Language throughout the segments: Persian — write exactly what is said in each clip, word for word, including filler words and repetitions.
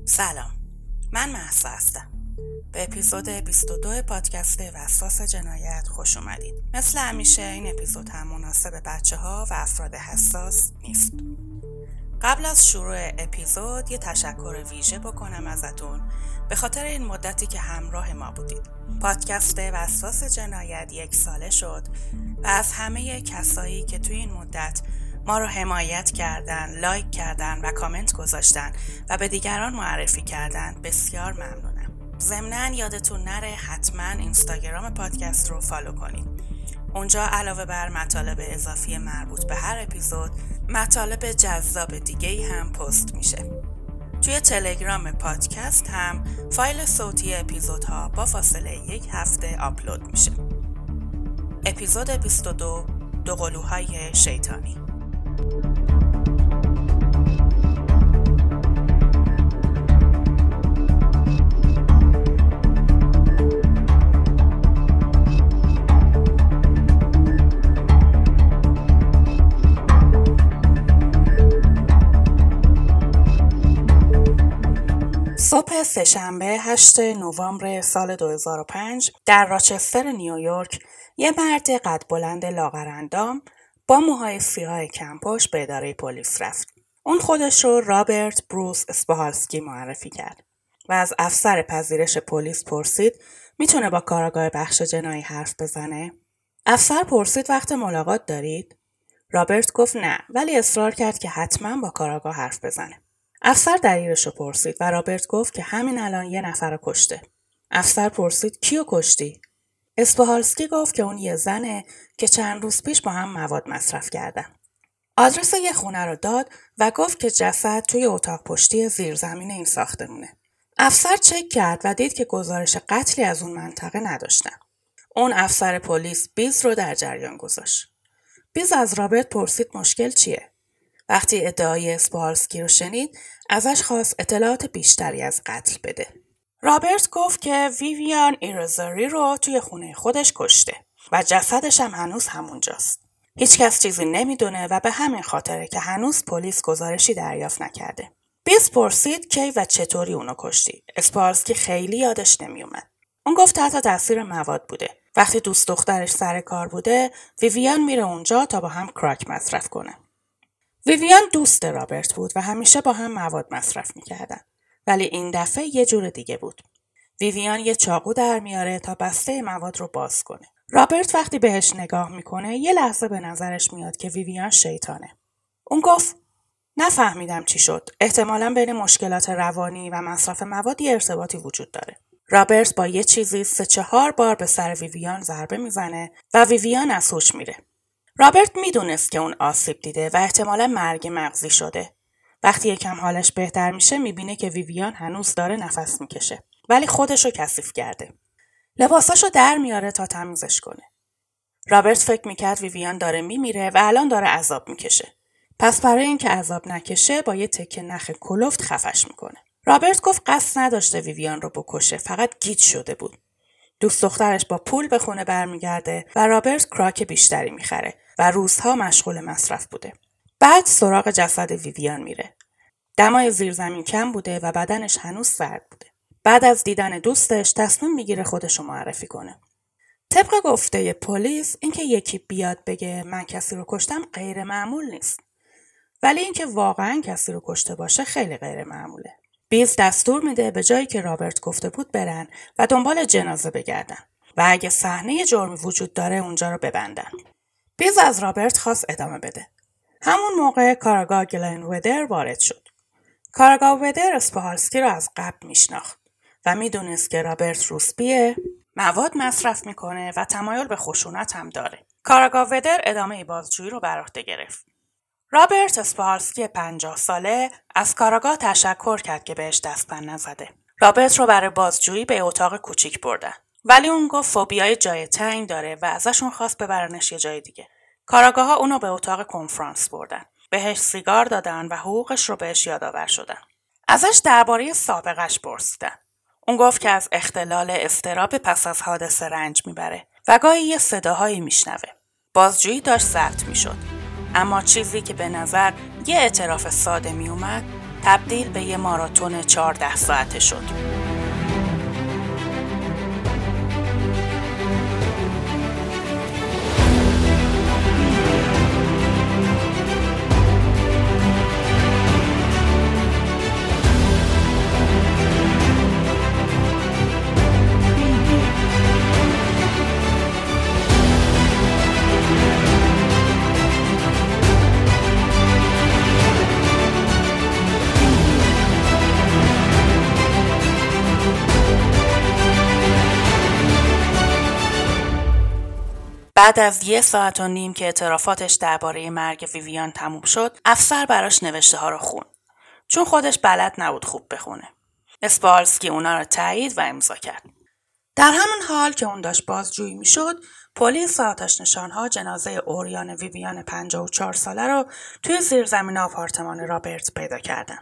سلام، من مهسا هستم. به اپیزود بیست و دو پادکست وسواس جنایت خوش اومدید. مثل همیشه این اپیزود هم مناسب بچه ها و افراد حساس نیست. قبل از شروع اپیزود یه تشکر ویژه بکنم ازتون به خاطر این مدتی که همراه ما بودید. پادکست وسواس جنایت یک ساله شد و از همه کسایی که توی این مدت ما رو حمایت کردن، لایک کردن و کامنت گذاشتن و به دیگران معرفی کردن بسیار ممنونم. ضمناً یادتون نره حتما اینستاگرام پادکست رو فالو کنید. اونجا علاوه بر مطالب اضافی مربوط به هر اپیزود، مطالب جذاب دیگه‌ای هم پست میشه. توی تلگرام پادکست هم فایل صوتی اپیزودها با فاصله یک هفته آپلود میشه. اپیزود بیست و دو دوقلوهای شیطانی. صبح سه‌شنبه هشتم نوامبر سال دو هزار و پنج در راچستر نیویورک یه مرد قد بلند لاغرندام با موهای سیاه کمپشت به اداره پلیس رفت. اون خودش رو رابرت بروس اسپاهالسکی معرفی کرد و از افسر پذیرش پلیس پرسید میتونه با کارآگاه بخش جنایی حرف بزنه؟ افسر پرسید وقت ملاقات دارید؟ رابرت گفت نه، ولی اصرار کرد که حتما با کارآگاه حرف بزنه. افسر دلیلش رو پرسید و رابرت گفت که همین الان یه نفر رو کشته. افسر پرسید کیو کشتی؟ اسپاهالسکی گفت که اون یه زنه که چند روز پیش با هم مواد مصرف کردن. آدرس یه خونه رو داد و گفت که جسد توی اتاق پشتی زیرزمین این ساختمونه. افسر چک کرد و دید که گزارش قتلی از اون منطقه نداشتن. اون افسر پلیس بیز رو در جریان گذاشت. بیز از رابرت پرسید مشکل چیه؟ وقتی ادعای اسپاهالسکی رو شنید، ازش خواست اطلاعات بیشتری از قتل بده. رابرت گفت که ویویان ایرزاری رو توی خونه خودش کشته و جسدش هم هنوز همونجاست. هیچ کس چیزی نمیدونه و به همین خاطره که هنوز پلیس گزارشی دریافت نکرده. بیز پرسید کی و چطوری اونو کشتی. اسپاهالسکی خیلی یادش نمیومد. اون گفت تحت تاثیر مواد بوده. وقتی دوست دخترش سر کار بوده، ویویان میره اونجا تا با هم کراک مصرف کنه. ویویان دوست رابرت بود و همیشه با هم مواد مصرف میکردن. ولی این دفعه یه جور دیگه بود. ویویان یه چاقو در میاره تا بسته مواد رو باز کنه. رابرت وقتی بهش نگاه میکنه یه لحظه به نظرش میاد که ویویان شیطانه. اون گفت نفهمیدم چی شد. احتمالاً بین مشکلات روانی و مصرف مواد یه ارتباطی وجود داره. رابرت با یه چیزی سه چهار بار به سر ویویان ضربه میزنه و ویویان از هوش میره. رابرت میدونست که اون آسیب دیده و احتمالاً مرگ مغزی شده. وقتی یکم حالش بهتر میشه میبینه که ویویان هنوز داره نفس میکشه ولی خودشو کثیف کرده. لباساشو در میاره تا تمیزش کنه. رابرت فکر میکرد ویویان داره میمیره و الان داره عذاب میکشه. پس برای اینکه عذاب نکشه با یه تکه نخ کلفت خفش میکنه. رابرت گفت قصد نداشته ویویان رو بکشه، فقط گیج شده بود. دوست دخترش با پول به خونه برمیگرده و رابرت کراک بیشتری میخره و روزها مشغول مصرف بوده. بعد سراغ جسد ویویان میره. دمای زیرزمین کم بوده و بدنش هنوز سرد بوده. بعد از دیدن دوستش تصمیم میگیره خودشو معرفی کنه. طبق گفته پلیس اینکه یکی بیاد بگه من کسی رو کشتم غیر معمول نیست. ولی اینکه واقعا کسی رو کشته باشه خیلی غیر معموله. بیز دستور میده به جایی که رابرت گفته بود برن و دنبال جنازه بگردن و اگه صحنه جرمی وجود داره اونجا رو ببندن. بیز از رابرت خواست ادامه بده. همون موقع کارآگاه گلن ودر وارد شد. کارآگاه ودر اسپاهالسکی رو از قبل میشناخت و میدونست که رابرت روسپیه، مواد مصرف میکنه و تمایل به خشونت هم داره. کارآگاه ودر ادامه بازجویی رو بر عهده گرفت. رابرت اسپاهالسکی پنجاه ساله از کارآگاه تشکر کرد که بهش دستبند نزده. رابرت رو برای بازجویی به اتاق کوچیک بردن. ولی اون گفت فوبیای جای تنگ داره و ازشون خواست ببرنش یه جای دیگه. کارآگاه‌ها اونو به اتاق کنفرانس بردن. بهش سیگار دادن و حقوقش رو بهش یادآور شدن. ازش درباره سابقش پرسیدن. اون گفت که از اختلال اضطراب پس از حادثه رنج میبره و گاهی یه صداهایی میشنوه. بازجویی داشت ضبط میشد. اما چیزی که به نظر یه اعتراف ساده می اومد تبدیل به یه ماراتون چهارده ساعته شد. بعد از یه ساعت و نیم که اعترافاتش درباره مرگ ویویان تموم شد، افسر براش نوشته ها رو خوند. چون خودش بلد نبود خوب بخونه. اسپاهالسکی اونا رو تایید و امضا کرد. در همون حال که اون داشت بازجویی میشد، پلیس و آتش نشانها جنازه اوریان ویویان پنجاه و چهار ساله رو توی زیرزمین آپارتمان رابرت پیدا کردن.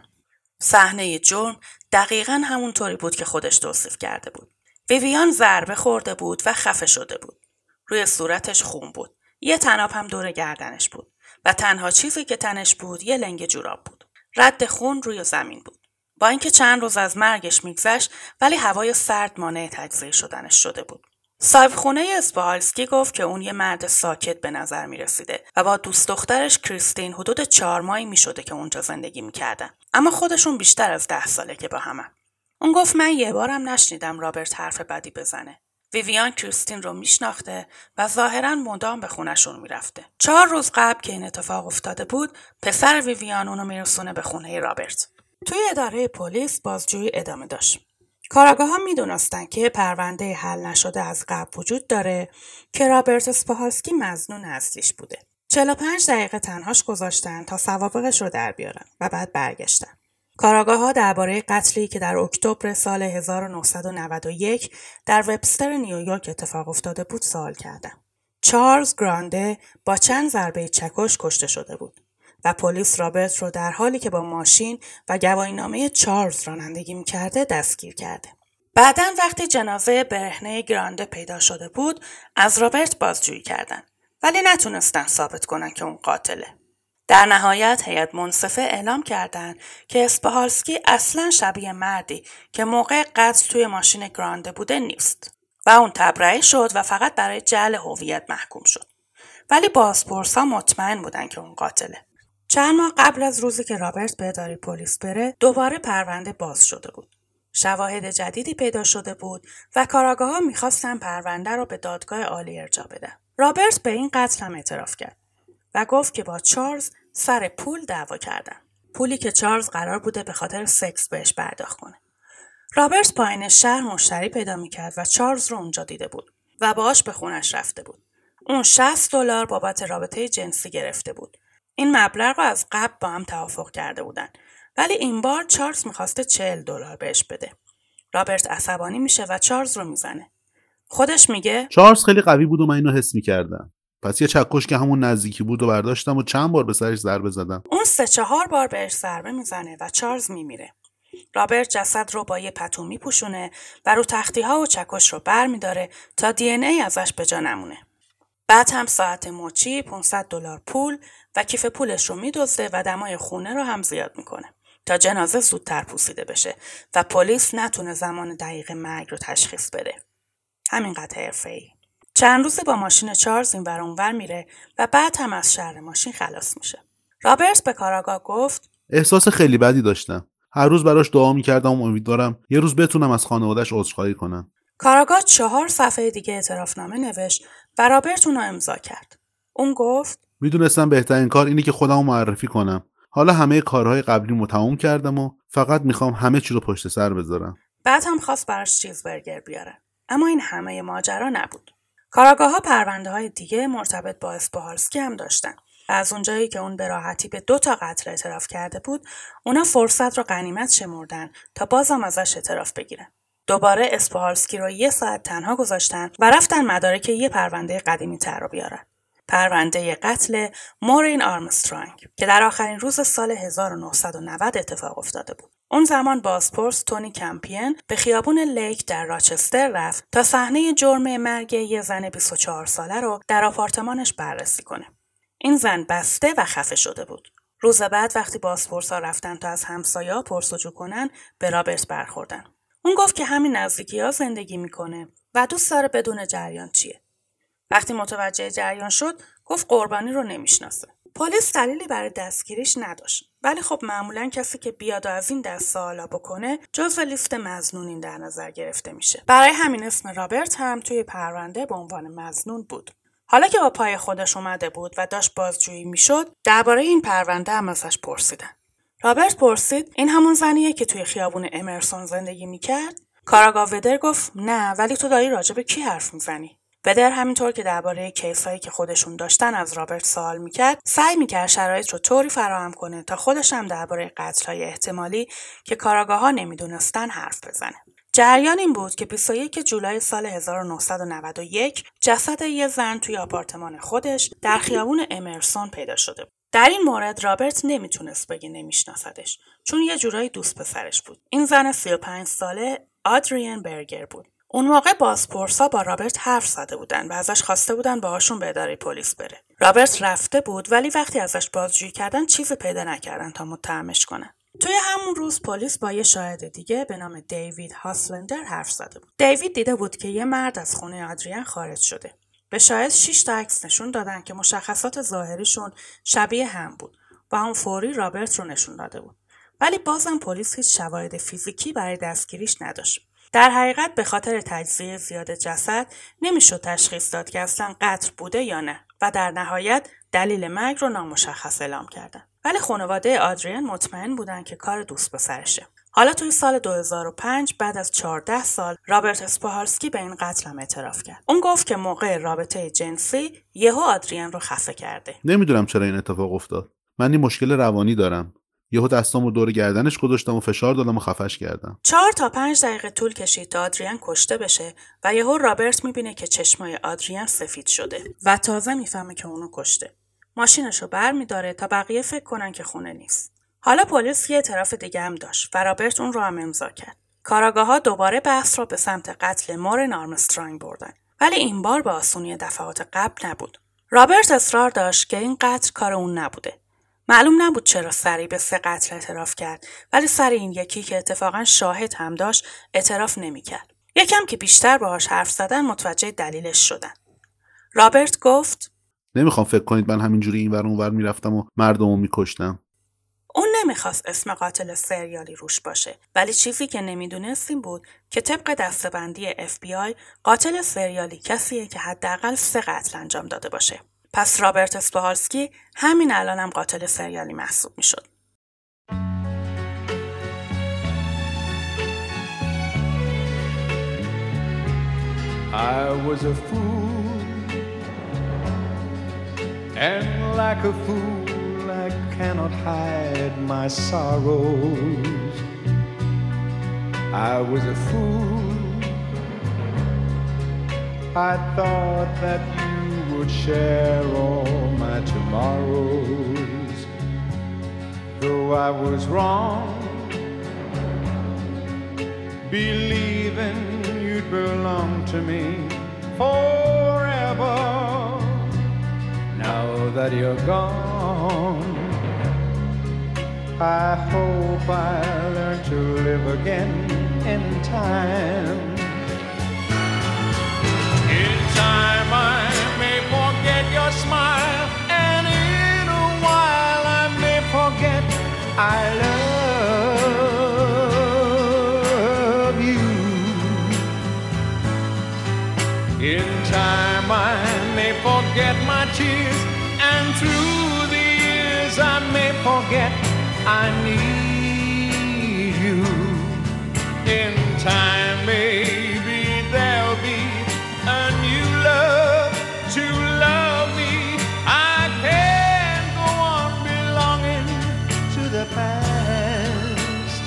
صحنه جرم دقیقاً همونطوری بود که خودش توصیف کرده بود. ویویان ضربه خورده بود و خفه شده بود. روی صورتش خون بود. یه طناب هم دور گردنش بود و تنها چیزی که تنش بود یه لنگ جوراب بود. رد خون روی زمین بود. با اینکه چند روز از مرگش میگذشت ولی هوای سرد مانع تجزیه شدنش شده بود. صاحب خونه اسپاهالسکی گفت که اون یه مرد ساکت به نظر می رسیده و با دوست دخترش کریستین حدود چهار ماهی می شده که اونجا زندگی می کردن. اما خودشون بیشتر از ده ساله که با همه. اون گفت من یه بارم نشنیدم رابرت حرف بدی بزنه. ویویان کریستین رو میشناخته و ظاهراً مدام به خونه‌شون میرفته. چهار روز قبل که این اتفاق افتاده بود، پسر ویویان اونو میرسونه به خونه رابرت. توی اداره پلیس بازجویی ادامه داشت. کاراگاه‌ها میدونستن که پرونده حل نشده از قبل وجود داره که رابرت اسپاهالسکی مظنون اصلیش بوده. چهل و پنج دقیقه تنهاش گذاشتن تا سوابقش رو در بیارن و بعد برگشتن. کاراگاه‌ها درباره قتلی که در اکتبر سال هزار و نهصد و نود و یک در وبستر نیویورک اتفاق افتاده بود سوال کردند. چارلز گرانده با چند ضربه چکش کشته شده بود و پلیس رابرت رو در حالی که با ماشین و گواهینامه چارلز رانندگی می‌کرده دستگیر کرده. بعداً وقتی جنازه برهنه گرانده پیدا شده بود، از رابرت بازجویی کردند ولی نتونستن ثابت کنن که اون قاتله. در نهایت هیئت منصفه اعلام کردند که اسپاهالسکی اصلاً شبیه مردی که موقع قتل توی ماشین گرانده بوده نیست و اون تبرئه شد و فقط برای جعل هویت محکوم شد. ولی بازپرسا مطمئن بودن که اون قاتله. چند ماه قبل از روزی که رابرت به اداره پلیس بره، دوباره پرونده باز شده بود. شواهد جدیدی پیدا شده بود و کاراگاه‌ها می‌خواستن پرونده رو به دادگاه عالی ارجاع بدن. رابرت به این قتل هم اعتراف کرد و گفت که با چارلز سر پول دعوا کردن. پولی که چارلز قرار بوده به خاطر سکس بهش پرداخت کنه. رابرت پایین شهر مشتری پیدا می‌کرد و چارلز رو اونجا دیده بود و باهاش به خونش رفته بود. اون شصت دلار بابت رابطه جنسی گرفته بود. این مبلغ رو از قبل با هم توافق کرده بودن. ولی این بار چارلز می‌خواسته چهل دلار بهش بده. رابرت عصبانی میشه و چارلز رو میزنه. خودش میگه چارلز خیلی قوی بود و من اینو حس می‌کردم. پس یه چکش که همون نزدیکی بود و برداشتم و چند بار به سرش ضربه زدم. اون سه چهار بار بهش ضربه میزنه و چارلز میمیره. رابرت جسد رو با یه پتو میپوشونه و رو تختی‌ها و چکش رو بر میداره تا دی ان ای ازش به جا نمونه. بعد هم ساعت مچی، پانصد دلار پول و کیف پولش رو میدزده و دمای خونه رو هم زیاد میکنه تا جنازه زودتر پوسیده بشه و پلیس نتونه زمان دقیق مرگ رو تشخیص بده. همینقدر حرفه‌ای. چند روزی با ماشین چارلز این ور اونور میره و بعد هم از شر ماشین خلاص میشه. رابرت به کاراگاه گفت احساس خیلی بدی داشتم. هر روز براش دعا میکردم و امیدوارم یه روز بتونم از خانواده‌اش عذرخواهی کنم. کاراگاه چهار صفحه دیگه اعترافنامه نوشت و رابرت اونو امضا کرد. اون گفت میدونستم بهترین کار اینه که خودمو معرفی کنم. حالا همه کارهای قبلیمو تموم کردم و فقط میخوام همه چی رو پشت سر بذارم. بعد هم خواست براش چیزبرگر بیاره. اما این همه ماجرا نبود. کاراگاه‌ها پرونده‌های دیگه مرتبط با اسپاهالسکی هم داشتن. و از اونجایی که اون به راحتی به دو تا قتل اعتراف کرده بود، اونا فرصت رو غنیمت شمردن تا بازم ازش اعتراف بگیرن. دوباره اسپاهالسکی رو یه ساعت تنها گذاشتن و رفتن مدارک یه پرونده قدیمی تر رو بیارن. پرونده قتل مورین آرمسترانگ که در آخرین روز سال هزار و نهصد و نود اتفاق افتاده بود. اون زمان بازپرس تونی کمپین به خیابون لیک در راچستر رفت تا صحنه جرم مرگ یه زن بیست و چهار ساله رو در آپارتمانش بررسی کنه. این زن بسته و خفه شده بود. روز بعد وقتی بازپرسا رفتن تا از همسایه‌ها پرسجو کنن، به رابرت برخوردن. اون گفت که همین نزدیکی‌ها زندگی میکنه و دوست داره بدون جریان چیه. وقتی متوجه جریان شد، گفت قربانی رو نمیشناسه. پلیس دلیلی برای دستگیریش نداشت، ولی خب معمولا کسی که بیاد و از این دست سوالا بکنه جزو لیست مظنونین در نظر گرفته میشه. برای همین اسم رابرت هم توی پرونده به عنوان مظنون بود. حالا که با پای خودش اومده بود و داشت بازجویی میشد، درباره این پرونده هم ازش پرسیدن. رابرت پرسید این همون زنیه که توی خیابون امرسون زندگی میکرد؟ کاراگاه ودر گفت نه، ولی تو داری راجع به کی حرف میزنی؟ ودر همینطور که درباره کیسایی که خودشون داشتن از رابرت سوال میکرد، سعی میکرد شرایط رو طوری فراهم کنه تا خودش هم درباره قتل‌های احتمالی که کاراگاه‌ها نمیدونستن حرف بزنه. جریان این بود که بیست و یکم جولای سال هزار و نهصد و نود و یک جسد یه زن توی آپارتمان خودش در خیابون امرسون پیدا شده بود. در این مورد رابرت نمیتونست بگه نمیشناسدش، چون یه جورایی دوست پسرش بود. این زن سی و پنج ساله آدریان برگر بود. اون موقع بازپرسا با رابرت حرف زده بودن و ازش خواسته بودن باهاشون به اداره پلیس بره. رابرت رفته بود، ولی وقتی ازش بازجویی کردن چیزی پیدا نکردن تا متهمش کنن. توی همون روز پلیس با یه شاهد دیگه به نام دیوید هاسلندر حرف زده بود. دیوید دیده بود که یه مرد از خونه آدریان خارج شده. به شاهد شش تا عکس نشون دادن که مشخصات ظاهریشون شبیه هم بود و اون فوری رابرت رو نشون داده بود. ولی بازم پلیس هیچ شواهد فیزیکی برای دستگیریش نداشت. در حقیقت به خاطر تجزیه زیاد جسد نمیشد تشخیص داد که اصلا قتل بوده یا نه و در نهایت دلیل مرگ رو نامشخص اعلام کردن. ولی خانواده آدریان مطمئن بودن که کار دوست پسرشه. حالا توی سال دو هزار و پنج بعد از چهارده سال رابرت اسپاهالسکی به این قتل هم اعتراف کرد. اون گفت که موقع رابطه جنسی یهو آدریان رو خفه کرده. نمیدونم چرا این اتفاق افتاد. من این مشکل روانی دارم. یهو دستامو دور گردنش گذاشتم و فشار دادم و خفش کردم. چهار تا پنج دقیقه طول کشید تا آدریان کشته بشه و یهو رابرت میبینه که چشمای آدریان سفید شده و تازه میفهمه که اونو کشته. ماشینشو برمی‌داره تا بقیه فکر کنن که خونه نیست. حالا پلیس یه اعتراف دیگه هم داشت و رابرت اون رو هم امضا کرد. کاراگاه‌ها دوباره بحث رو به سمت قتل مورن آرمسترانگ بردن، ولی این بار به آسونی دفعات قبل نبود. رابرت اصرار داشت که این قتل کار اون نبوده. معلوم نبود چرا سری به سه قتل اعتراف کرد، ولی سر این یکی که اتفاقا شاهد هم داشت اعتراف نمی‌کرد. یکم که بیشتر باهاش حرف زدن متوجه دلیلش شدن. رابرت گفت نمیخوام فکر کنید من همینجوری اینور اونور میرفتم و مردمو میکشتم. اون نمیخواست اسم قاتل سریالی روش باشه، ولی چیزی که نمیدونست این بود که طبق دسته‌بندی اف بی آی قاتل سریالی کسیه که حداقل سه قتل انجام داده باشه. پس رابرت اسپاهالسکی همین الانم هم قاتل سریالی محسوب میشد. I was a fool and like a fool I cannot hide my sorrows. I was a fool. I thought that you would share all my tomorrows. Though I was wrong, believing you'd belong to me forever. Now that you're gone, I hope I learn to live again in time. In time I may forget your smile, and in a while I may forget I love you. In time I may forget my tears, and through the years I may forget I need you. In time maybe there'll be a new love to love me. I can't go on belonging to the past,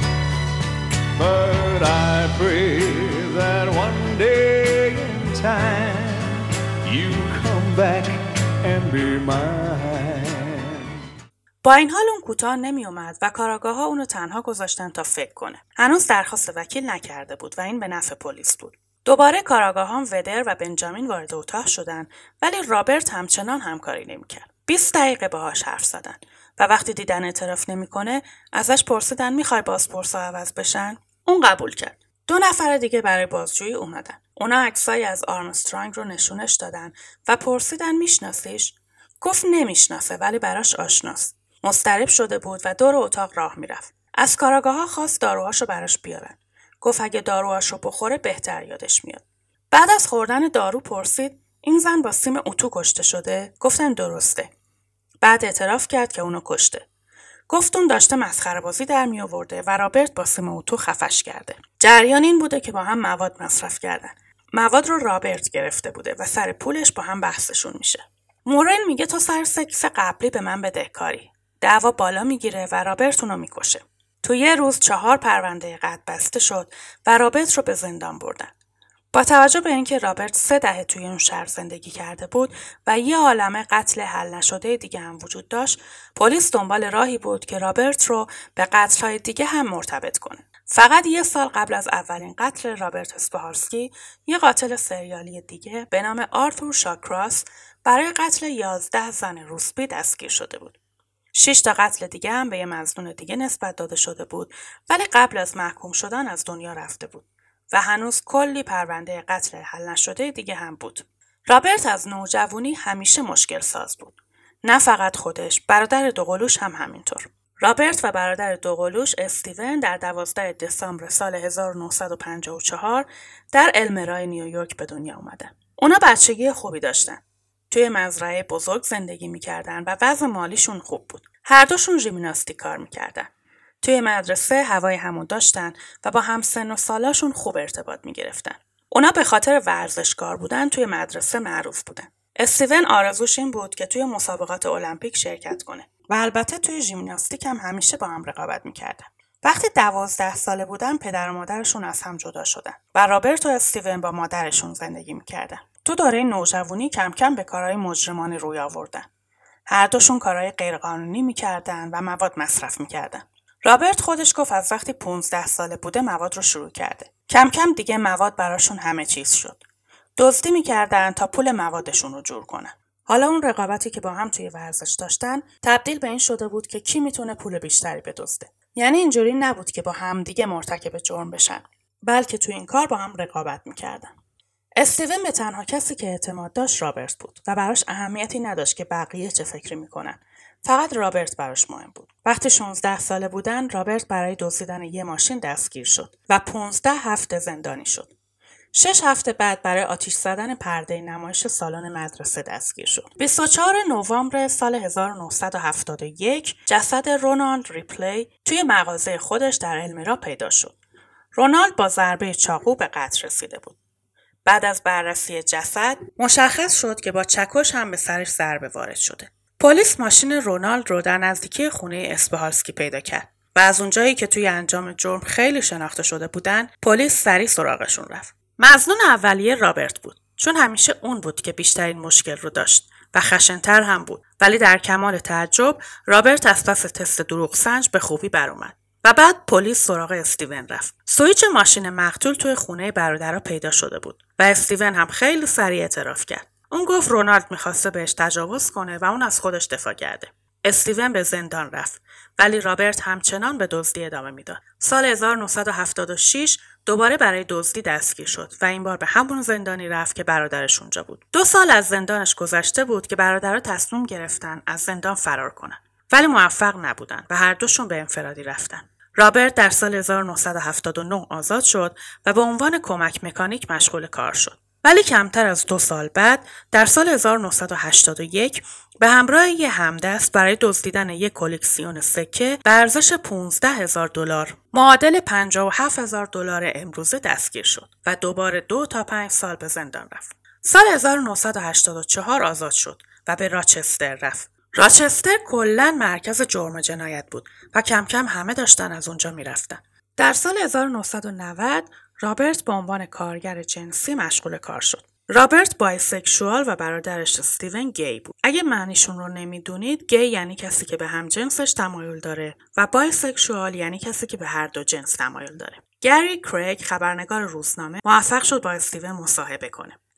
but I pray that one day in time you come back and be mine. با این حال اون کوتاه نمی اومد و کاراگاه‌ها اونو تنها گذاشتن تا فکر کنه. هنوز درخواست وکیل نکرده بود و این به نفع پلیس بود. دوباره کاراگاهان ودر و بنجامین وارد اتاق شدن، ولی رابرت همچنان همکاری نمی‌کرد. بیست دقیقه باهاش حرف زدن و وقتی دیدن اعتراف نمیکنه ازش پرسیدن میخوای بازپرسا عوض بشن؟ اون قبول کرد. دو نفر دیگه برای بازجویی اومدن. اونا عکسایی از آرمسترانگ رو نشونش دادن و پرسیدن میشناسیش؟ گفت نمیشناسه ولی براش آشناست. مضطرب شده بود و دور اتاق راه میرفت. از کاراگاه‌ها خواست داروهاشو براش بیارن. گفت اگه داروهاشو بخوره بهتر یادش میاد. بعد از خوردن دارو پرسید این زن با سیم اتو کشته شده؟ گفتن درسته. بعد اعتراف کرد که اونو کشته. گفت اون داشته مسخره بازی در می آورده و رابرت با سیم اتو خفش کرده. جریان این بوده که با هم مواد مصرف کردن. مواد رو رابرت گرفته بوده و سر پولش با هم بحثشون میشه. مورل میگه تو سر سکس قبلی به من بدهکاری. دعوا بالا میگیره و رابرت اونو میکشه. تو یه روز چهار پرونده قتل بسته شد و رابرت رو به زندان بردن. با توجه به اینکه رابرت سه دهه توی اون شهر زندگی کرده بود و یه عالمه قتل حل نشده دیگه هم وجود داشت، پلیس دنبال راهی بود که رابرت رو به قتل‌های دیگه هم مرتبط کنه. فقط یه سال قبل از اولین قتل رابرت اسپاهارسکی، یه قاتل سریالی دیگه به نام آرتور شاکراس برای قتل یازده زن روسبی دستگیر شده بود. شش تا قتل دیگه هم به یه مظنون دیگه نسبت داده شده بود ولی قبل از محکوم شدن از دنیا رفته بود. و هنوز کلی پرونده قتل حل نشده دیگه هم بود. رابرت از نوجوانی همیشه مشکل ساز بود. نه فقط خودش، برادر دوقلوش هم همینطور. رابرت و برادر دوقلوش استیون در دوازده دسامبر سال هزار و نهصد و پنجاه و چهار در المرای نیویورک به دنیا اومدن. اونا بچگی خوبی داشتن. توی مزرعه بزرگ زندگی میکردن و وضع مالیشون خوب بود. هر دوشون ژیمناستیک کار میکردن. توی مدرسه هوای همون داشتن و با همسن و سالاشون خوب ارتباط می گرفتن. اونا به خاطر ورزشکار بودن توی مدرسه معروف بودن. استیون آرزوش این بود که توی مسابقات المپیک شرکت کنه و البته توی ژیمناستیک هم همیشه با هم رقابت می کردن. وقتی دوازده ساله بودن پدر و مادرشون از هم جدا شدن و رابرت و استیون با مادرشون زندگی می کردن. تو دوره نوجوانی کم کم به کارهای مجرمانه روی آوردن. هر دوشون کارهای غیرقانونی می کردن و مواد مصرف می کردن. رابرت خودش گفت از وقتی پونزده ساله بوده مواد رو شروع کرده. کم کم دیگه مواد براشون همه چیز شد. دزدی می‌کردن تا پول موادشون رو جور کنن. حالا اون رقابتی که با هم توی ورزش داشتن تبدیل به این شده بود که کی میتونه پول بیشتری بدزده. یعنی اینجوری نبود که با هم دیگه مرتکب جرم بشن، بلکه توی این کار با هم رقابت می‌کردن. استیون به تنها کسی که اعتماد داشت رابرت بود و براش اهمیتی نداشت که بقیه چه فکری میکنن. فقط رابرت براش مهم بود. وقتی شانزده ساله بودن رابرت برای دزدیدن یه ماشین دستگیر شد و پانزده هفته زندانی شد. شش هفته بعد برای آتش زدن پرده نمایش سالن مدرسه دستگیر شد. بیست و چهارم نوامبر سال هزار و نهصد و هفتاد و یک جسد رونالد ریپلی توی مغازه خودش در المرا پیدا شد. رونالد با ضربه چاقو به قتل رسیده بود. بعد از بررسی جسد مشخص شد که با چکش هم به سرش ضربه وارد شده. پلیس ماشین رونالد رو در نزدیکی خونه اسپاهارسکی پیدا کرد و از اونجایی که توی انجام جرم خیلی شناخته شده بودن، پلیس سریع سراغشون رفت. مظنون اولیه رابرت بود، چون همیشه اون بود که بیشترین مشکل رو داشت و خشن‌تر هم بود، ولی در کمال تعجب رابرت از پس تست دروغ سنج به خوبی برآمد. و بعد پلیس سراغ استیون رفت. سوئیچ ماشین مقتول توی خونه برادرها پیدا شده بود و استیون هم خیلی سریع اعتراف کرد. اون گفت رونالد می‌خواسته بهش تجاوز کنه و اون از خودش دفاع کرده. استیون به زندان رفت ولی رابرت همچنان به دزدی ادامه میداد. سال هزار و نهصد و هفتاد و شش دوباره برای دزدی دستگیر شد و این بار به همون زندانی رفت که برادرش اونجا بود. دو سال از زندانش گذشته بود که برادرها تصمیم گرفتن از زندان فرار کنن ولی موفق نبودن و هر دوشون به انفرادی رفتن. رابرت در سال هزار و نهصد و هفتاد و نه آزاد شد و به عنوان کمک مکانیک مشغول کار شد. ولی کمتر از دو سال بعد در سال هزار و نهصد و هشتاد و یک به همراه یه همدست برای دزدیدن یک کلکسیون سکه به ارزش پانزده هزار دلار معادل پنجاه و هفت هزار دلار امروزه دستگیر شد و دوباره دو تا پنج سال به زندان رفت. سال هزار و نهصد و هشتاد و چهار آزاد شد و به راچستر رفت. راچستر کلاً مرکز جرم و جنایت بود و کم کم همه داشتن از اونجا میرفتن. در سال هزار و نهصد و نود رابرت به عنوان کارگر جنسی مشغول کار شد. رابرت بایسکشوال و برادرش استیون گی بود. اگه معنیشون رو نمیدونید، گی یعنی کسی که به هم جنسش تمایل داره و بایسکشوال یعنی کسی که به هر دو جنس تمایل داره. گری کریگ خبرنگار روزنامه موفق شد با استیون مصاحبه کنه.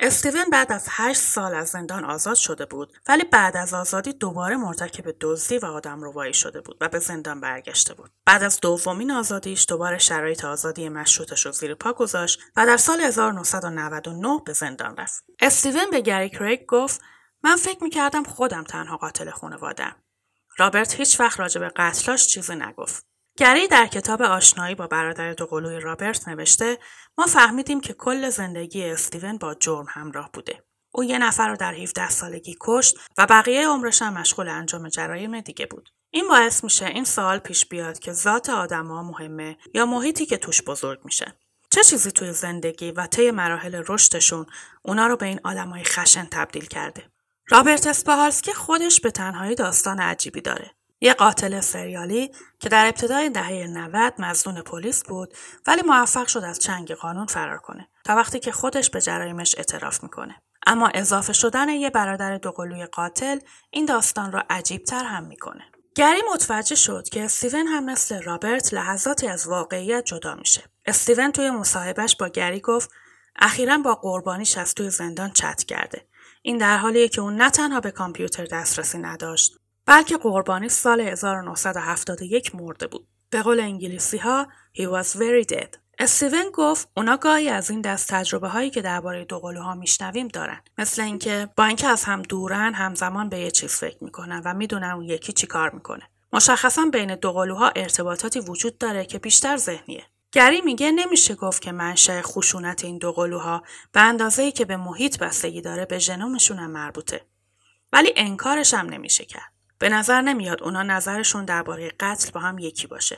استیون بعد از هشت سال از زندان آزاد شده بود، ولی بعد از آزادی دوباره مرتکب دزدی و آدمربایی شده بود و به زندان برگشته بود. بعد از دومین آزادیش دوباره شرایط آزادی مشروطش رو زیر پا گذاشت و در سال هزار و نهصد و نود و نه به زندان رفت. استیون به گری کریگ گفت: من فکر می‌کردم خودم تنها قاتل خانواده‌ام. رابرت هیچ وقت راجع به قتلاش چیزی نگفت. گری در کتاب آشنایی با برادر دوقلوی رابرت نوشته: ما فهمیدیم که کل زندگی استیون با جرم همراه بوده. او یه نفر رو در هفده سالگی کشت و بقیه عمرش هم مشغول انجام جرایم دیگه بود. این باعث میشه این سوال پیش بیاد که ذات آدم‌ها مهمه یا محیطی که توش بزرگ میشه. چه چیزی توی زندگی و طی مراحل رشدشون اونا رو به این عالمای خشن تبدیل کرده؟ رابرت اسپاهالسکی خودش به تنهایی داستان عجیبی داره. یه قاتل سریالی که در ابتدای دهه نود مظنون پلیس بود، ولی موفق شد از چنگ قانون فرار کنه تا وقتی که خودش به جرایمش اعتراف میکنه. اما اضافه شدن یه برادر دوقلوی قاتل این داستان را عجیب‌تر هم میکنه. گری متوجه شد که استیون هم مثل رابرت لحظاتی از واقعیت جدا میشه. استیون توی مصاحبهش با گری گفت: اخیراً با قربانیش از توی زندان چت کرده. این در حالیه که اون نه تنها به کامپیوتر دسترسی نداشت، بلکه قربانی سال هزار و نهصد و هفتاد و یک مرده بود. به قول انگلیسی ها he was very dead. استیون گفت اونا گاهی از این دست تجربه هایی که درباره دوقلوها میشنویم دارن، مثل اینکه با اینکه از هم دورن همزمان به یه چیز فکر میکنن و میدونن اون یکی چی کار میکنه. مشخصا بین دوقلوها ارتباطاتی وجود داره که بیشتر ذهنیه. گری میگه نمیشه گفت که منشأ خشونت این دوقلوها به اندازه‌ای که به محیط بستگی داره به ژنومشون هم مربوطه. ولی انکارش هم نمیشه کرد. به نظر نمیاد اونا نظرشون درباره قتل با هم یکی باشه.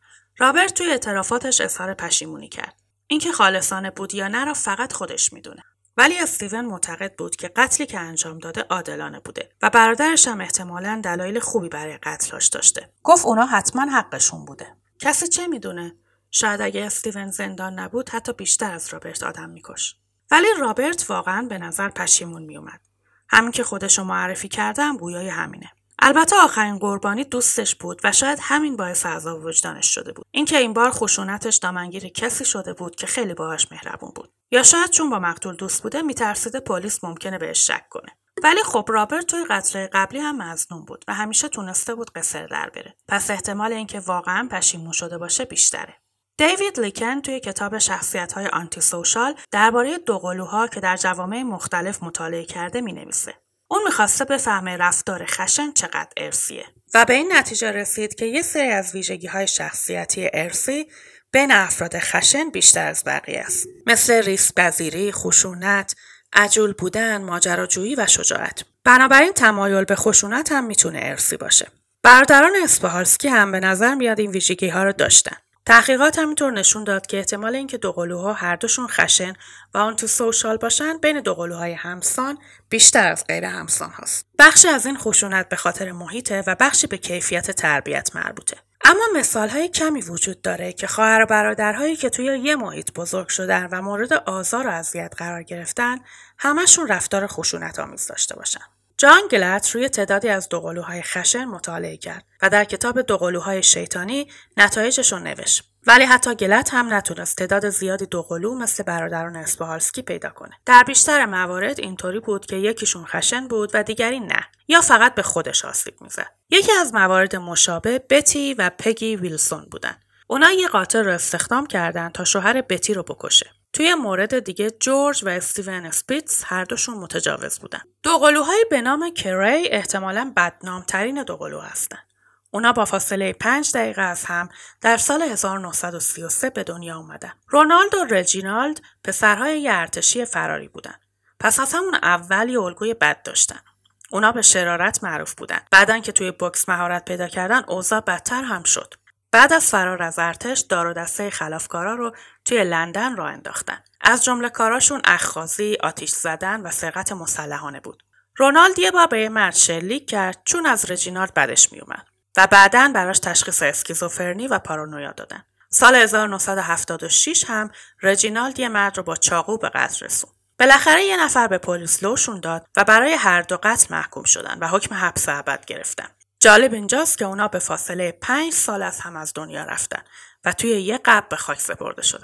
رابرت توی اعترافاتش اظهار پشیمونی کرد. اینکه خالصانه بود یا نه را فقط خودش میدونه. ولی استیون معتقد بود که قتلی که انجام داده عادلانه بوده و برادرش هم احتمالاً دلایل خوبی برای قتلش داشته. گفت اونا حتما حقشون بوده. کسی چه میدونه؟ شاید اگه استیون زندان نبود حتی بیشتر از رابرت آدم میکش. ولی رابرت واقعاً به نظر پشیمون میومد. همین که خودشو معرفی کردم گویای همینه. البته آخرین قربانی دوستش بود و شاید همین باعث عذاب وجدانش شده بود. اینکه این بار خشونتش دامنگیر کسی شده بود که خیلی باهاش مهربون بود. یا شاید چون با مقتول دوست بوده میترسیده پلیس ممکنه بهش شک کنه. ولی خب رابرت توی قتل قبلی هم مظنون بود و همیشه تونسته بود قصر در بره. پس احتمال اینکه واقعا پشیمون شده باشه بیشتره. دیوید لیکن توی کتاب شخصیت‌های آنتی سوشال درباره دوقلوها که در جوامع مختلف مطالعه کرده می‌نویسه. اون می‌خواسته بفهمه رفتار خشن چقدر ارثیه و به این نتیجه رسید که یه سری از ویژگی‌های شخصیتی ارثی بین افراد خشن بیشتر از بقیه است، مثل ریسک‌پذیری، خشونت، عجول بودن، ماجراجویی و شجاعت. بنابراین تمایل به خشونت هم میتونه ارثی باشه. برادران اسپاهالسکی هم به نظر میاد این ویژگی‌ها رو داشتن. تحقیقات همینطور نشون داد که احتمال اینکه دوقلوها هر دوشون خشن و آنتی سوشال باشن بین دوقلوهای همسان بیشتر از غیر همسان هاست. بخشی از این خشونت به خاطر محیطه و بخشی به کیفیت تربیت مربوطه. اما مثالهای کمی وجود داره که خواهر و برادرهایی که توی یه محیط بزرگ شدن و مورد آزار و اذیت قرار گرفتن همشون رفتار خشونت آمیز داشته باشن. جان گلت روی تعدادی از دوقلوهای خشن مطالعه کرد و در کتاب دوقلوهای شیطانی نتایجش رو نوشت. ولی حتی گلت هم نتونست تعداد زیادی دوقلو مثل برادران اسپاهالسکی پیدا کنه. در بیشتر موارد اینطوری بود که یکیشون خشن بود و دیگری نه، یا فقط به خودش آسیب میزد. یکی از موارد مشابه بتی و پگی ویلسون بودن. اونا یه قاتل رو استخدام کردن تا شوهر بتی رو بکشه. توی مورد دیگه جورج و استیون اسپیتز هر دوشون متجاوز بودن. دوقلوهای به نام کری احتمالاً بدنامترین دوقلو هستن. اونا با فاصله پنج دقیقه از هم در سال هزار و نهصد و سی و سه به دنیا اومدن. رونالد و رجینالد پسرهای یه ارتشی فراری بودن. پس از همون اول یه الگوی بد داشتن. اونا به شرارت معروف بودن. بعدن که توی بوکس مهارت پیدا کردن اوضاع بدتر هم شد. بعد از فرار از ارتش دار و دسته خلافکارا رو توی لندن راه انداختن. از جمله کاراشون اخاذی، آتش زدن و سرقت مسلحانه بود. رونالد یه بار به یه مرد شلیک کرد چون از رجینالد بدش میومد و بعداً براش تشخیص اسکیزوفرنی و پارانویا دادن. سال هزار و نهصد و هفتاد و شش هم رجینالد یه مرد رو با چاقو به قتل رسوند. بالاخره یه نفر به پلیس لوشون داد و برای هر دو قتل محکوم شدن و حکم حبس ابد گرفتن. جالب اینجاست که اونا به فاصله پنج سال از هم از دنیا رفتن و توی یه قبر به خاک سپرده شدن.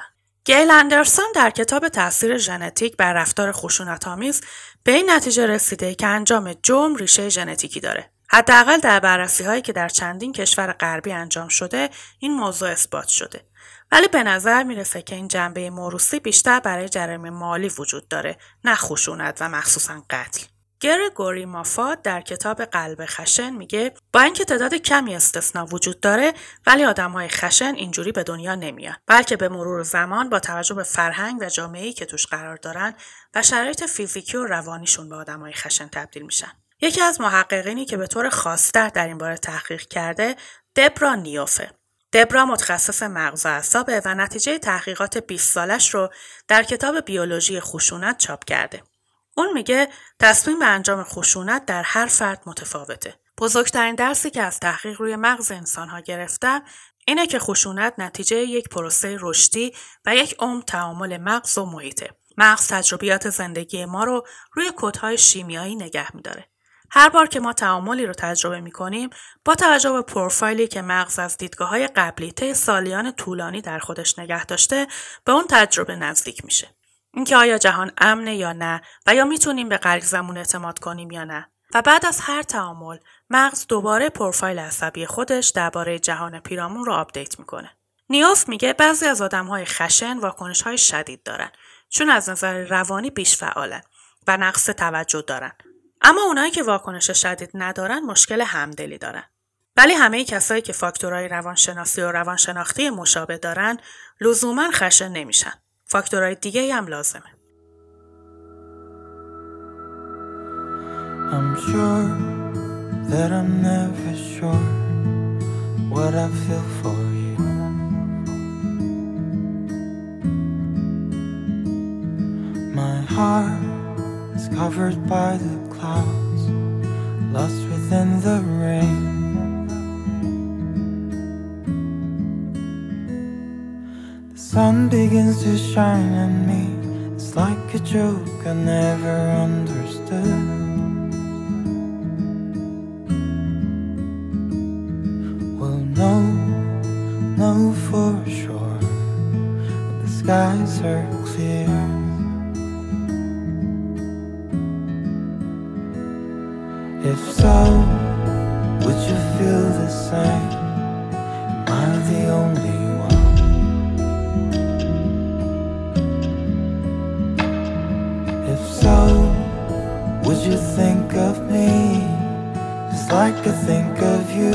گیل اندرسون در کتاب تاثیر ژنتیک بر رفتار خشونت‌آمیز به این نتیجه رسیده که انجام جرم ریشه ژنتیکی داره. حداقل در بررسی‌هایی که در چندین کشور غربی انجام شده این موضوع اثبات شده. ولی به نظر میرسه که این جنبه موروثی بیشتر برای جرایم مالی وجود داره، نه خشونت و مخصوصاً قتل. گرگوری مافات در کتاب قلب خشن میگه با اینکه تعداد کمی استثنا وجود داره ولی آدم‌های خشن اینجوری به دنیا نمیان، بلکه به مرور زمان با توجه به فرهنگ و جامعه‌ای که توش قرار دارن و شرایط فیزیکی و روانیشون به آدم‌های خشن تبدیل میشن. یکی از محققینی که به طور خاص‌تر در این باره تحقیق کرده دبرا نیوفه. دبرا متخصص مغز و اعصابه و نتیجه تحقیقات بیست سالش رو در کتاب بیولوژی خشونت چاپ کرده. اون میگه تصمیم به انجام خشونت در هر فرد متفاوته. بزرگترین درسی که از تحقیق روی مغز انسان‌ها گرفتم اینه که خشونت نتیجه یک پروسه رشدی و یک عمر تعامل مغز و محیطه. مغز تجربیات زندگی ما رو روی کدهای شیمیایی نگه می‌داره. هر بار که ما تعاملی رو تجربه می‌کنیم، با توجه به پروفایلی که مغز از دیدگاه‌های قبلی طی سالیان طولانی در خودش نگه داشته، به اون تجربه نزدیک میشه. اینکه آیا جهان امنه یا نه و یا میتونیم به غریزمون اعتماد کنیم یا نه. و بعد از هر تعامل، مغز دوباره پروفایل عصبی خودش درباره جهان پیرامون رو آپدیت میکنه. نیوف میگه بعضی از آدم‌های خشن واکنش‌های شدید دارن، چون از نظر روانی بیش فعالن و نقص توجه دارن. اما اونایی که واکنش شدید ندارن مشکل همدلی دارن. ولی همه کسایی که فاکتورهای روانشناسی و روانشناختی مشابه دارن لزوماً خشن نمیشن. فاکتورهای دیگه هم لازمه. I'm sure that I'm never sure what I feel for you. My heart is covered by the clouds, lost within the rain. The sun begins to shine on me. It's like a joke I never understood. We'll know, know for sure when the skies are clear. If so, would you feel the same? Am I the only one? If so, would you think of me just like I think of you?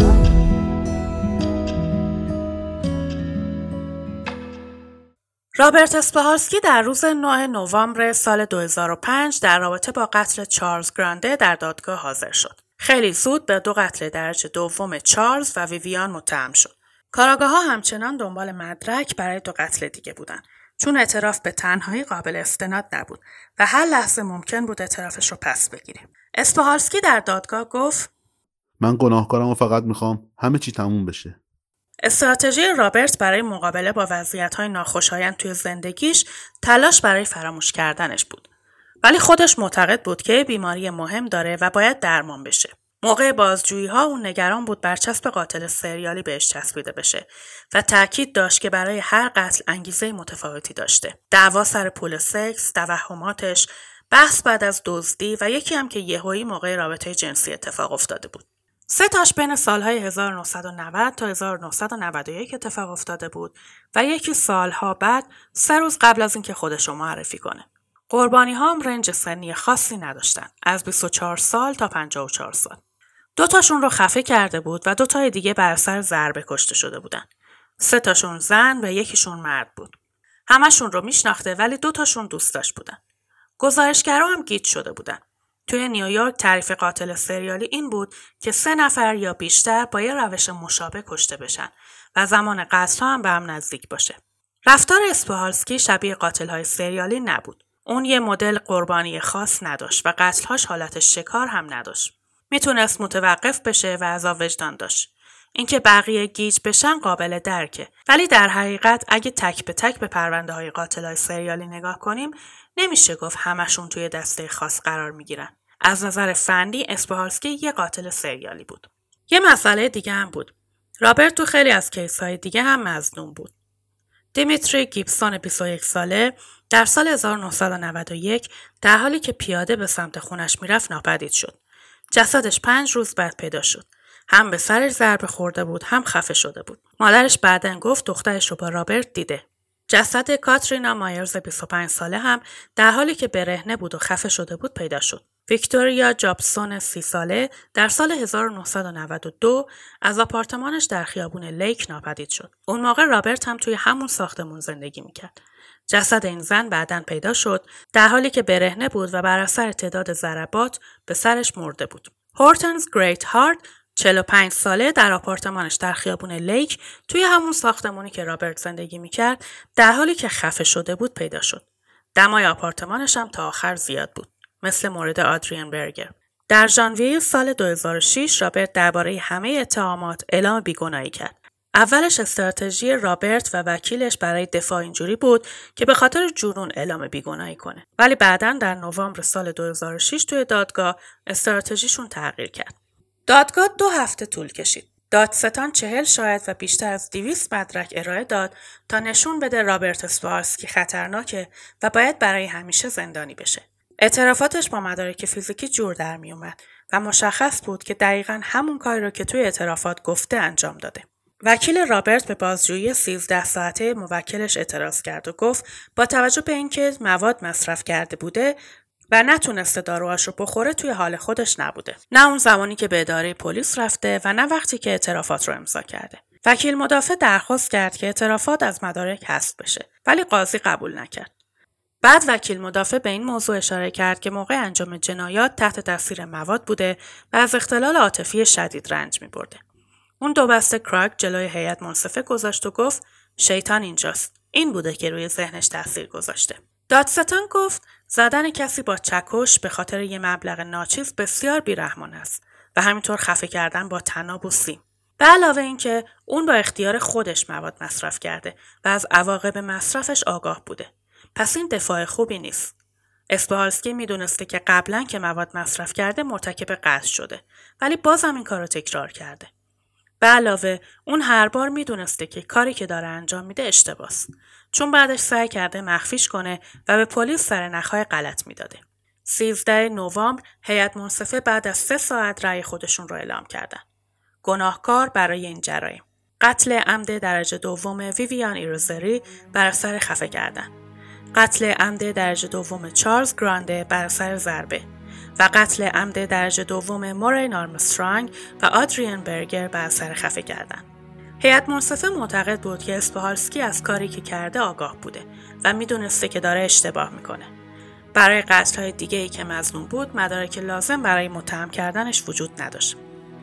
رابرت اسپاهالسکی در روز نه نوامبر سال دو هزار و پنج در رابطه با قتل چارلز گرانده در دادگاه حاضر شد. خیلی زود به دو قتل درجه دوم چارلز و ویویان متهم شد. کاراگاه‌ها همچنان دنبال مدرک برای دو قتل دیگه بودن، چون اعتراف به تنهایی قابل استناد نبود و هر لحظه ممکن بود اعترافش رو پس بگیره. اسپاهالسکی در دادگاه گفت: من گناهکارم و فقط میخوام همه چی تموم بشه. استراتژی رابرت برای مقابله با وضعیت‌های ناخوشایند توی زندگیش تلاش برای فراموش کردنش بود. ولی خودش معتقد بود که بیماری مهم داره و باید درمان بشه. موقع بازجویی‌ها اون نگران بود برچسب قاتل سریالی بهش چسبیده بشه و تاکید داشت که برای هر قتل انگیزه متفاوتی داشته. دعوا سر پول سکس، توهماتش، بحث بعد از دزدی و یکی هم که یهویی موقع رابطه جنسی اتفاق افتاده بود. سه تاش بین سالهای هزار و نهصد و نود تا هزار و نهصد و نود و یک اتفاق افتاده بود و یکی سالها بعد سه روز قبل از اینکه خودش رو معرفی کنه. قربانی ها هم رنج سنی خاصی نداشتن، از بیست و چهار سال تا پنجاه و چهار سال. دو تاشون رو خفه کرده بود و دو تای دیگه بر اثر ضربه کشته شده بودن. سه تاشون زن و یکیشون مرد بود. همشون رو میشناخته ولی دو تاشون دوستاش بودن. گزارشگرا هم گیج شده بودن. توی نیویورک تعریف قاتل سریالی این بود که سه نفر یا بیشتر با یه روش مشابه کشته بشن و زمان قتل هم به هم نزدیک باشه. رفتار اسپاهالسکی شبیه قاتل‌های سریالی نبود. اون یه مدل قربانی خاص نداشت و قتل‌هاش حالت شکار هم نداشت. میتونست متوقف بشه و عذاب وجدان داشت. اینکه بقیه گیج بشن قابل درکه، ولی در حقیقت اگه تک به تک به پرونده‌های قاتل‌های سریالی نگاه کنیم نمیشه گفت همشون توی دسته خاص قرار میگیرن. از نظر فنی اسپاهالسکی یه قاتل سریالی بود. یه مسئله دیگه هم بود. رابرت تو خیلی از کیس‌های دیگه هم مظنون بود. دیمیتری گیبسون بیست و یک ساله در سال هزار و نهصد و نود و یک در حالی که پیاده به سمت خونش میرفت ناپدید شد. جسدش پنج روز بعد پیدا شد. هم به سرش ضربه خورده بود، هم خفه شده بود. مادرش بعداً گفت دخترش رو با رابرت دیده. جسد کاترینا مایرز بیست و پنج ساله هم در حالی که برهنه بود و خفه شده بود پیدا شد. ویکتوریا جابسون سی ساله در سال هزار و نهصد و نود و دو از آپارتمانش در خیابون لیک ناپدید شد. اون موقع رابرت هم توی همون ساختمون زندگی میکرد. جسد این زن بعداً پیدا شد در حالی که برهنه بود و بر اثر تعداد ضربات به سرش مرده بود. هورتنز گریت هارت چهل و پنج ساله در آپارتمانش در خیابون لیک توی همون ساختمونی که رابرت زندگی میکرد در حالی که خفه شده بود پیدا شد. دمای آپارتمانش هم تا آخر زیاد بود، مثل مورد آدریان برگر. در ژانویه سال دو هزار و شش رابرت درباره همه اتهامات اعلام بیگناهی کرد. اولش استراتژی رابرت و وکیلش برای دفاع اینجوری بود که به خاطر جنون اعلام بیگناهی کنه. ولی بعداً در نوامبر سال دو هزار و شش توی دادگاه استراتژیشون تغییر کرد. دادگاه دو هفته طول کشید. دادستان چهل شاهد و بیشتر از دویست مدرک ارائه داد تا نشون بده رابرت اسپارسکی خطرناکه و باید برای همیشه زندانی بشه. اعترافاتش با مدارک فیزیکی جور در می اومد و مشخص بود که دقیقاً همون کاری رو که توی اعترافات گفته انجام داده. وکیل رابرت به بازجویی سیزده ساعته موکلش اعتراض کرد و گفت با توجه به اینکه مواد مصرف کرده بوده و نتونسته داروهاش رو بخوره توی حال خودش نبوده. نه اون زمانی که به اداره پلیس رفته و نه وقتی که اعترافات رو امضا کرده. وکیل مدافع درخواست کرد که اعترافات از مدارک حذف بشه، ولی قاضی قبول نکرد. بعد وکیل مدافع به این موضوع اشاره کرد که موقع انجام جنایات تحت تاثیر مواد بوده و از اختلال عاطفی شدید رنج می‌برده. اون دو بسته کراک جلوی هیئت منصفه گذاشت و گفت شیطان اینجاست. این بوده که روی ذهنش تاثیر گذاشته. دادستان گفت زدن کسی با چکش به خاطر یه مبلغ ناچیز بسیار بیرحمانه است و همینطور خفه کردن با طناب و سیم. به علاوه اینکه اون با اختیار خودش مواد مصرف کرده و از عواقب مصرفش آگاه بوده. پس این دفاع خوبی نیست. اسپالسکی میدونسته که قبلا که مواد مصرف کرده مرتکب قتل شده، ولی بازم این کارو تکرار کرده. به علاوه اون هر بار میدونسته که کاری که داره انجام میده اشتباهه، چون بعدش سعی کرده مخفیش کنه و به پلیس سر نخهای غلط میداده. سیزده نوامبر هیئت منصفه بعد از سه ساعت رأی خودشون رو اعلام کردن. گناهکار برای این جرایم: قتل عمد درجه دوم ویویان ایروزری بر اثر خفه کردن، قتل عمد درجه دوم چارلز گرانده بر اثر ضربه و قتل عمد درجه دوم مورین آرمسترانگ و آدریان برگر بر اثر خفه کردن. هیئت منصفه معتقد بود که اسپالسکی از کاری که کرده آگاه بوده و میدونسته که داره اشتباه میکنه. برای قتل‌های دیگه‌ای که مظنون بود مدارک لازم برای متهم کردنش وجود نداشت.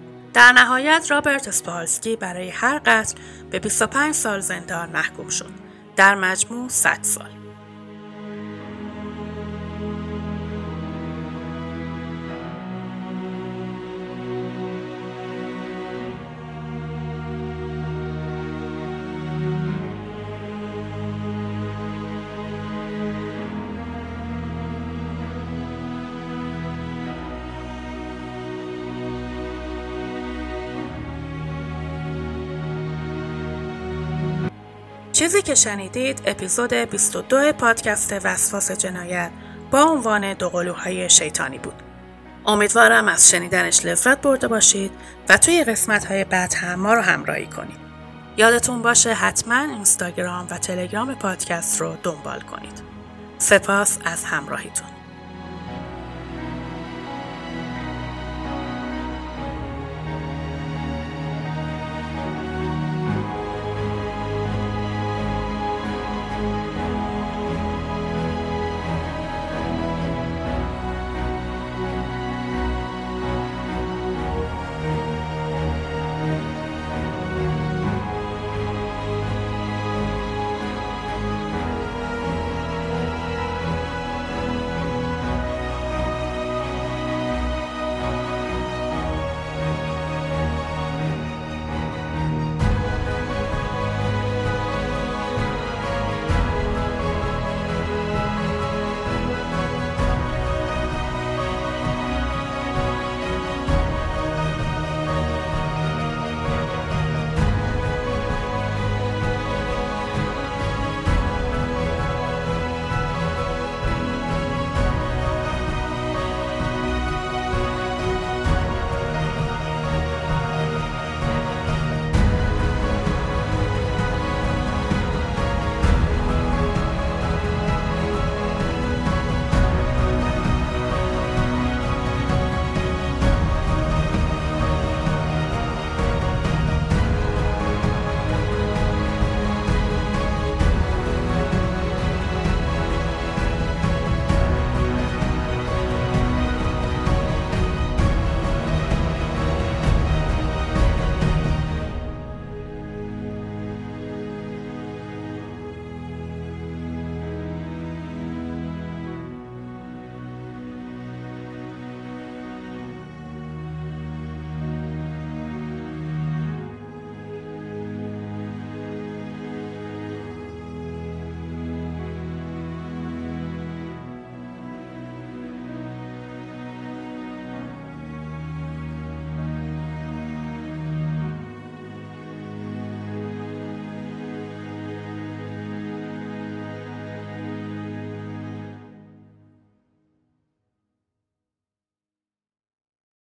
در نهایت رابرت اسپالسکی برای هر قتل به بیست و پنج سال زندان محکوم شد. در مجموع صد سال. چیزی که شنیدید اپیزود بیست و دو پادکست وسواس جنایت با عنوان دوقلوهای شیطانی بود. امیدوارم از شنیدنش لذت برده باشید و توی قسمت‌های بعد هم ما رو همراهی کنید. یادتون باشه حتما اینستاگرام و تلگرام پادکست رو دنبال کنید. سپاس از همراهیتون.